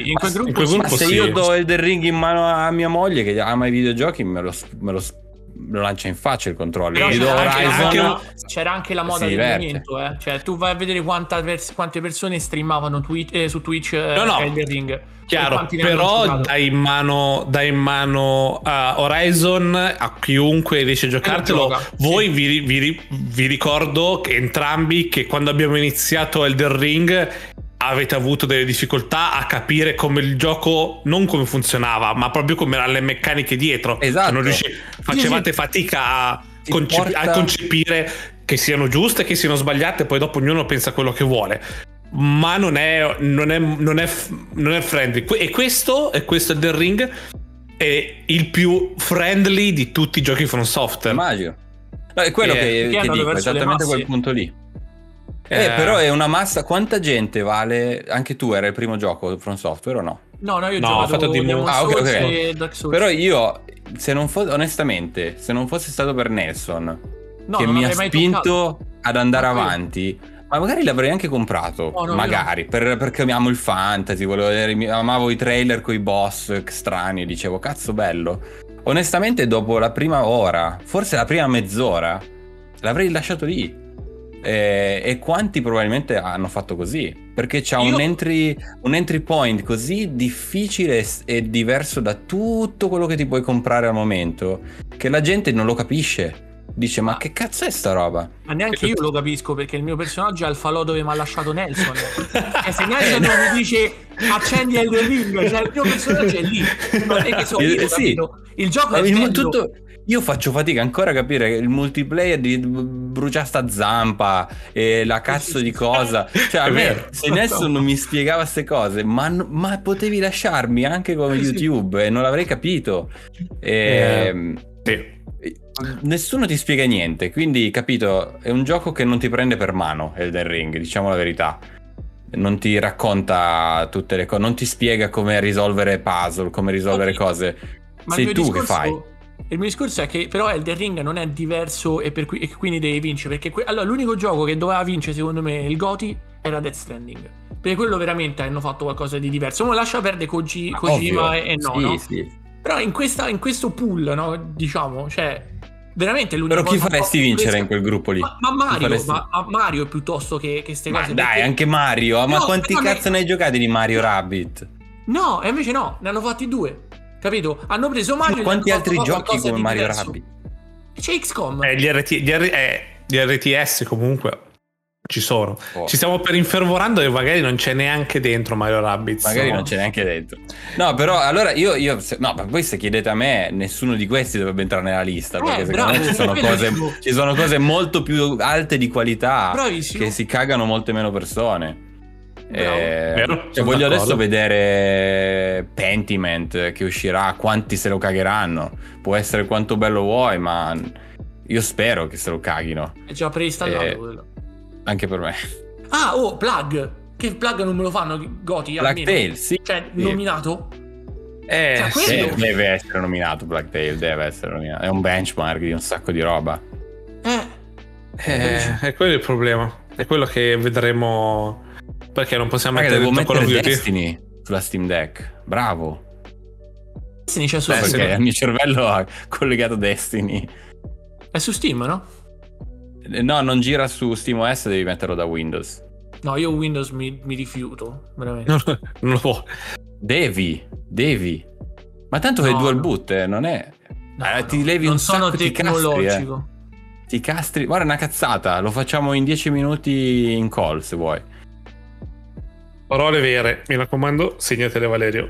se io do Elden Ring in mano a mia moglie che ama i videogiochi, me lo lancia in faccia il controller. C'era anche la moda del momento, Cioè, tu vai a vedere quante persone streamavano su Twitch Elden Ring. Chiaro, però dai in mano Horizon a chiunque riesce a giocartelo. Voi vi ricordo che entrambi che quando abbiamo iniziato Elden Ring avete avuto delle difficoltà a capire come il gioco, non come funzionava, ma proprio come erano le meccaniche dietro. Esatto. Facevate fatica a concepire che siano giuste, che siano sbagliate, poi dopo ognuno pensa quello che vuole. Ma non è friendly. E questo Elden Ring è il più friendly di tutti i giochi From Software. Immagino. No, è quello che dico, esattamente quel punto lì. Però è una massa. Quanta gente vale? Anche tu era il primo gioco From Software o no? No, io ho fatto Demon Souls e Dark Souls. Però io, onestamente, se non fosse stato per Nelson che mi ha spinto ad andare avanti, ma magari l'avrei anche comprato. Magari perché amo il fantasy, volevo vedere, amavo i trailer con i boss strani e dicevo cazzo bello. Onestamente dopo la prima ora, forse la prima mezz'ora, l'avrei lasciato lì. E quanti probabilmente hanno fatto così, perché c'ha un entry point così difficile e diverso da tutto quello che ti puoi comprare al momento, che la gente non lo capisce. dice ma che cazzo è sta roba? Ma neanche io lo capisco, perché il mio personaggio è il falò dove mi ha lasciato Nelson. E se Nelson non mi dice accendi Elden Ring, cioè il mio personaggio è lì. Non è che so io, sì. Il gioco è bello. Io faccio fatica ancora a capire il multiplayer di bruciare sta zampa e la cazzo di cosa. Cioè a me, se Nelson non mi spiegava queste cose, ma potevi lasciarmi anche con YouTube e non l'avrei capito. Nessuno ti spiega niente, quindi capito, è un gioco che non ti prende per mano Elden Ring, diciamo la verità. Non ti racconta tutte le cose, non ti spiega come risolvere puzzle, come risolvere cose. Ma sei tu che fai. Il mio discorso è che però Elden Ring non è diverso e quindi devi vincere, perché allora l'unico gioco che doveva vincere secondo me il GOTY era Death Stranding, perché quello veramente hanno fatto qualcosa di diverso. Ma lascia perdere Kojima e no, sì, no? Sì. Però in questo pool, no, diciamo, cioè veramente l'unico. Però chi faresti vincere in quel gruppo lì? Ma Mario piuttosto che queste cose. Ma dai, anche Mario, ma quanti cazzo ne hai giocati di Mario Rabbit? No, e invece no, ne hanno fatti 2. Capito? Hanno preso Mario. Quanti altri giochi come Mario Rabbit? C'è XCOM. Gli RTS comunque ci sono. Ci stiamo per infervorando e magari non c'è neanche dentro Mario Rabbids. Magari non c'è neanche dentro. No, però allora io no, ma voi se chiedete a me, nessuno di questi dovrebbe entrare nella lista, perché secondo me ci sono cose molto più alte di qualità. Bravissimo. Che si cagano molte meno persone. Voglio adesso vedere Pentiment che uscirà, quanti se lo cagheranno. Può essere quanto bello vuoi, ma io spero che se lo caghino. È già preinstallato quello. Anche per me. Plug. Che Plug non me lo fanno GOTY? Black Tail, sì. Cioè, nominato? Deve essere nominato Black Tail, deve essere nominato. È un benchmark di un sacco di roba. È quello il problema. È quello che vedremo. Perché non possiamo devo mettere Destiny sulla Steam Deck. Bravo. Destiny c'è su Steam. Perché il mio cervello ha collegato Destiny. È su Steam, no? No, non gira su SteamOS, devi metterlo da Windows. No, io Windows mi rifiuto, veramente. Non lo può. Devi. Ma tanto che è dual boot, non è. Ti levi un sacco di castri. Ti castri. Guarda, è una cazzata. Lo facciamo in 10 minuti in call, se vuoi. Parole vere, mi raccomando, segnatele, Valerio.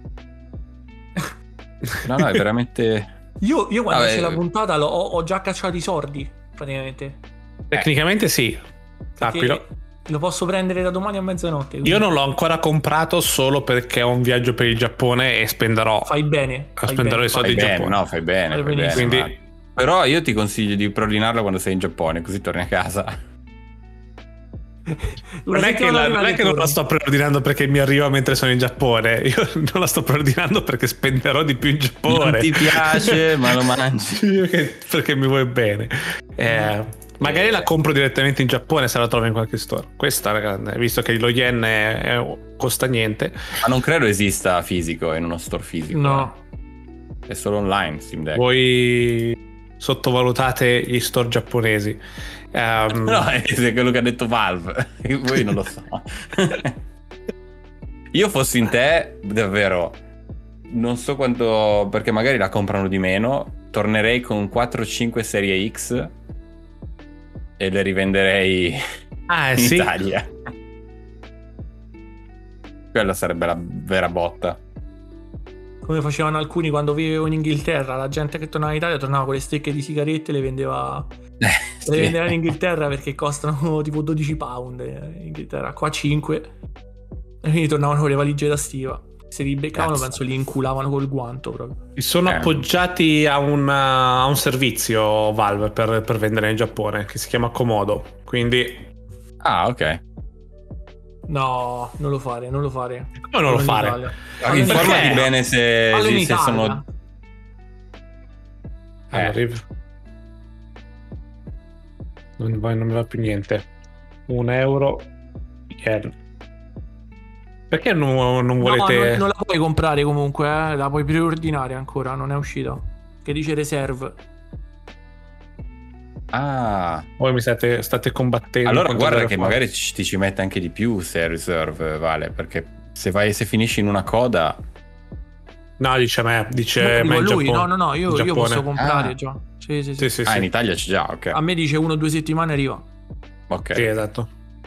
No, è veramente. Io quando c'è la puntata ho già cacciato i sordi, praticamente. Tecnicamente sì. Sappilo. Lo posso prendere da domani a mezzanotte. Io non l'ho ancora comprato solo perché ho un viaggio per il Giappone e spenderò. Fai bene. Spenderò i soldi in Giappone. No, fai bene. Quindi. Però io ti consiglio di preordinarlo quando sei in Giappone, così torni a casa. Non è che non la sto preordinando perché mi arriva mentre sono in Giappone. Io non la sto preordinando perché spenderò di più in Giappone. Non ti piace, ma lo mangi. Perché mi vuoi bene. Magari la compro direttamente in Giappone se la trovo in qualche store. Questa, ragazzi, visto che lo yen costa niente. Ma non credo esista fisico in uno store fisico. No. È solo online Steam Deck. Voi sottovalutate gli store giapponesi. No, è quello che ha detto Valve. Voi non lo so. Io fossi in te, davvero, non so quanto, perché magari la comprano di meno, tornerei con 4-5 serie X e le rivenderei in Italia. Quella sarebbe la vera botta. Come facevano alcuni quando vivevo in Inghilterra, la gente che tornava in Italia tornava con le stecche di sigarette e le vendeva in Inghilterra perché costano tipo 12 pound in Inghilterra, qua 5, e quindi tornavano con le valigie da stiva. Se li beccavano penso li inculavano col guanto proprio. Sono appoggiati a un servizio Valve per vendere in Giappone che si chiama Komodo, quindi ok. No, non lo fare. Come non lo fare? Informati bene se sono. Non mi va più niente. €1 yen. Perché non volete? No, non la puoi comprare comunque, la puoi preordinare ancora, non è uscita. Che dice reserve. Voi mi state combattendo. Allora guarda che magari ti ci mette anche di più se è reserve, Vale, perché se finisci in una coda. No, dice a me, dice lui, Giappone, no, io posso comprare già. Sì. Sì. In Italia c'è già, ok. A me dice 1 o 2 settimane arriva. Ok. Sì, esatto.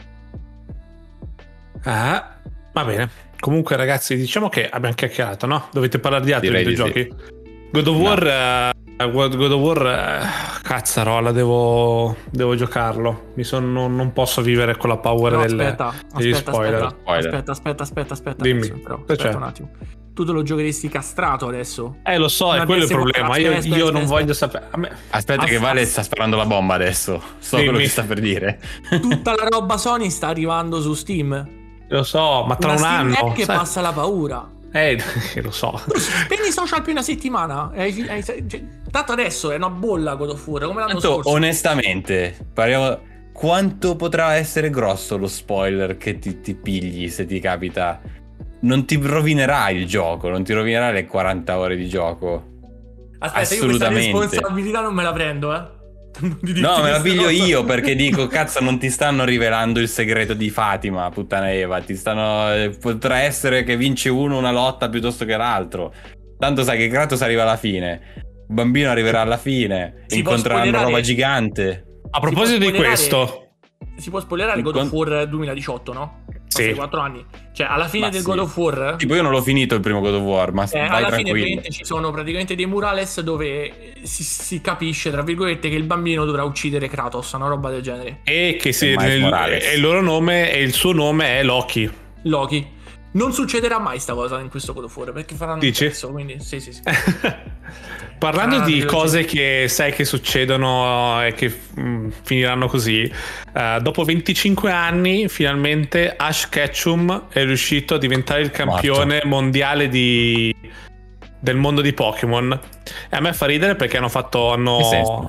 Va bene. Comunque, ragazzi, diciamo che abbiamo chiacchierato, no? Dovete parlare di altri Direi di videogiochi? God of War, God of War, cazzarola, devo giocarlo. Non posso vivere con la paura degli spoiler. Aspetta. Dimmi. Adesso, però, Che aspetta c'è? un attimo. Tu te lo giocheresti castrato adesso? Lo so, è quello il problema. Io non voglio sapere. Aspetta che Vale sta sparando la bomba adesso. So quello che sta per dire. Tutta la roba Sony sta arrivando su Steam. Lo so, ma tra un anno. Steam Deck che passa la paura. Lo so. Spegni i social più una settimana. Tanto adesso è una bolla God of War, come l'anno Tanto, scorso. onestamente, parliamo. Quanto potrà essere grosso lo spoiler che ti pigli se ti capita? Non ti rovinerà il gioco, non ti rovinerà le 40 ore di gioco. Aspetta, assolutamente. io questa responsabilità non me la prendo, No, me la piglio io perché dico, cazzo, non ti stanno rivelando il segreto di Fatima, puttana Eva. Potrà essere che vince uno una lotta piuttosto che l'altro. Tanto sai che Kratos arriva alla fine. Il bambino arriverà alla fine. Incontreranno roba gigante. A proposito di questo, si può spoilerare God of War 2018, no? Sì. 4 anni. Cioè, alla fine del sì. God of War. Tipo, io non l'ho finito il primo God of War, ma vai alla tranquillo. fine ci sono praticamente dei murales dove si capisce, tra virgolette, che il bambino dovrà uccidere Kratos, una roba del genere. E che il loro nome e il suo nome è Loki. Non succederà mai sta cosa in questo God of War, perché faranno Dici? un pezzo, quindi sì. Parlando di cose che sai che succedono e che finiranno così, dopo 25 anni finalmente Ash Ketchum è riuscito a diventare il campione mondiale del mondo di Pokémon. E a me fa ridere perché hanno Che senso?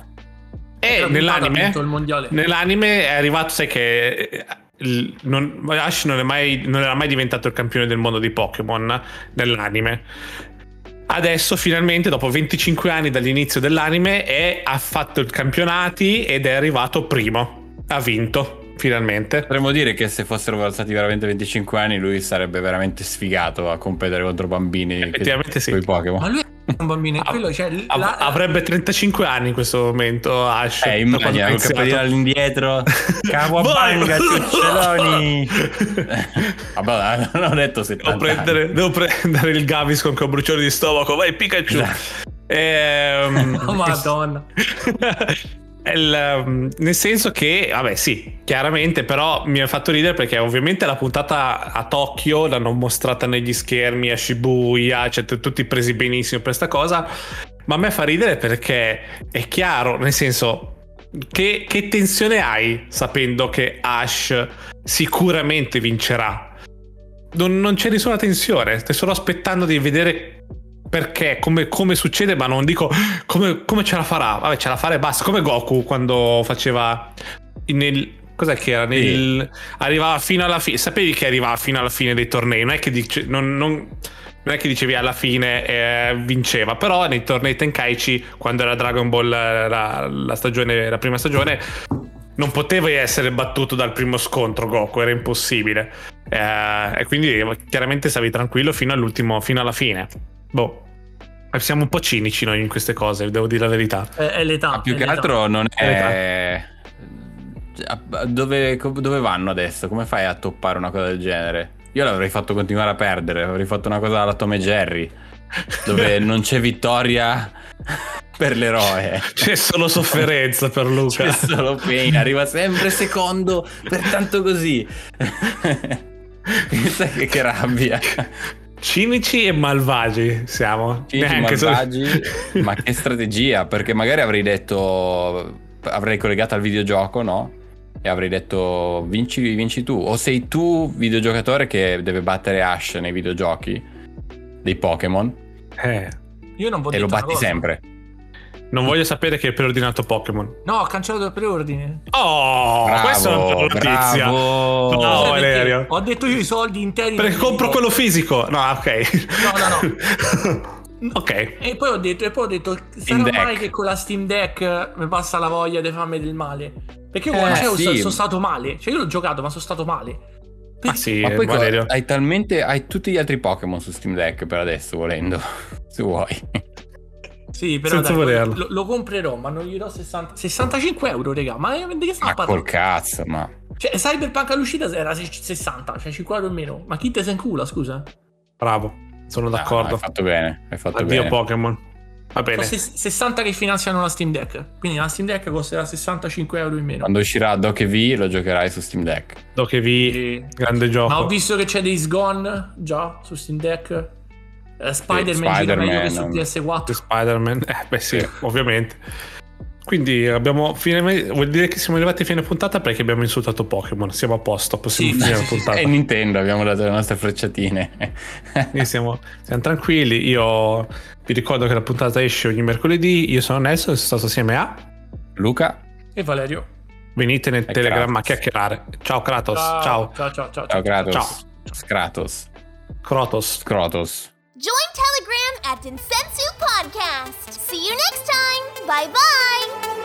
nell'anime è arrivato, sai che Ash non era mai diventato il campione del mondo di Pokémon nell'anime. Adesso finalmente dopo 25 anni dall'inizio dell'anime ha fatto i campionati ed è arrivato primo, ha vinto finalmente. Potremmo dire che se fossero passati veramente 25 anni lui sarebbe veramente sfigato a competere contro bambini. Effettivamente sì. Con i Pokémon. Ma lui è un bambino, quello, cioè, avrebbe 35 anni in questo momento Ash. Immagina, un capellino all'indietro. Cavabanga, ciuccioloni. Vabbè, non ho detto 70 devo prendere il Gaviscon con bruciore di stomaco. Vai Pikachu. Oh, Madonna. Nel senso che, vabbè, sì, chiaramente, però mi ha fatto ridere perché ovviamente la puntata a Tokyo l'hanno mostrata negli schermi a Shibuya, cioè tutti presi benissimo per sta cosa, ma a me fa ridere perché è chiaro, nel senso, che tensione hai sapendo che Ash sicuramente vincerà? Non c'è nessuna tensione, stai solo aspettando di vedere perché, come succede, ma non dico come ce la farà. Vabbè, ce la farà e basta, come Goku quando faceva cos'è che era? Arrivava fino alla fine, sapevi che arrivava fino alla fine dei tornei, non è che non è che dicevi alla fine vinceva, però nei tornei Tenkaichi, quando era Dragon Ball la prima stagione, non potevi essere battuto dal primo scontro Goku, era impossibile, e quindi chiaramente stavi tranquillo fino alla fine. Boh, siamo un po' cinici noi in queste cose, devo dire la verità. È l'età. Ma più che altro non è... Dove vanno adesso? Come fai a toppare una cosa del genere? Io l'avrei fatto continuare a perdere, avrei fatto una cosa alla Tom e Jerry, dove non c'è vittoria per l'eroe, c'è solo sofferenza per Luca, c'è solo pain, arriva sempre secondo, pertanto così. Pensa che rabbia. Cinici e malvagi siamo. Malvagi. Ma che strategia, perché magari avrei collegato al videogioco, no? E avrei detto vinci tu, o sei tu videogiocatore che deve battere Ash nei videogiochi dei Pokémon, io non e lo batti sempre. Non voglio sapere che hai preordinato Pokémon. No, ho cancellato il preordine. Oh, bravo, questa è una bella notizia. Bravo. No, Valerio. Ho detto io i soldi interi. Perché compro quello fisico. No, ok. No. Ok. E poi ho detto sarà mai che con la Steam Deck mi passa la voglia di farmi del male? Perché io con sono stato male. Cioè io l'ho giocato, ma sono stato male. Ma sì, ma poi Valerio, hai tutti gli altri Pokémon su Steam Deck per adesso, volendo, se vuoi. Sì, però senza dai, volerlo. lo comprerò, ma non gli do 65 euro, raga. Ma di che sta Ma parlando? col cazzo, ma... Cioè, Cyberpunk all'uscita era 60, cioè 5 euro in meno. Ma chi te se incula, scusa? Bravo, sono d'accordo. Hai fatto bene, hai fatto Addio bene. Pokémon. Va bene. Sono 60 che finanziano la Steam Deck. Quindi la Steam Deck costerà 65 euro in meno. Quando uscirà Doke V lo giocherai su Steam Deck. Doke V, grande gioco. Ma ho visto che c'è Days Gone già su Steam Deck. Spider-Man gira meglio che su PS4. Spider-Man, beh sì, ovviamente. Quindi abbiamo finalmente, vuol dire che siamo arrivati a fine puntata perché abbiamo insultato Pokémon. Siamo a posto, possiamo finire la puntata. E Nintendo abbiamo dato le nostre frecciatine. Quindi siamo tranquilli. Io vi ricordo che la puntata esce ogni mercoledì. Io sono Nelson, sono stato assieme a Luca E Valerio. Venite nel Telegram a Kratos. chiacchierare. Ciao Kratos. Ciao. Ciao Kratos. Ciao. Kratos. Kratos. Join Telegram at Densetsu Podcast. See you next time. Bye bye.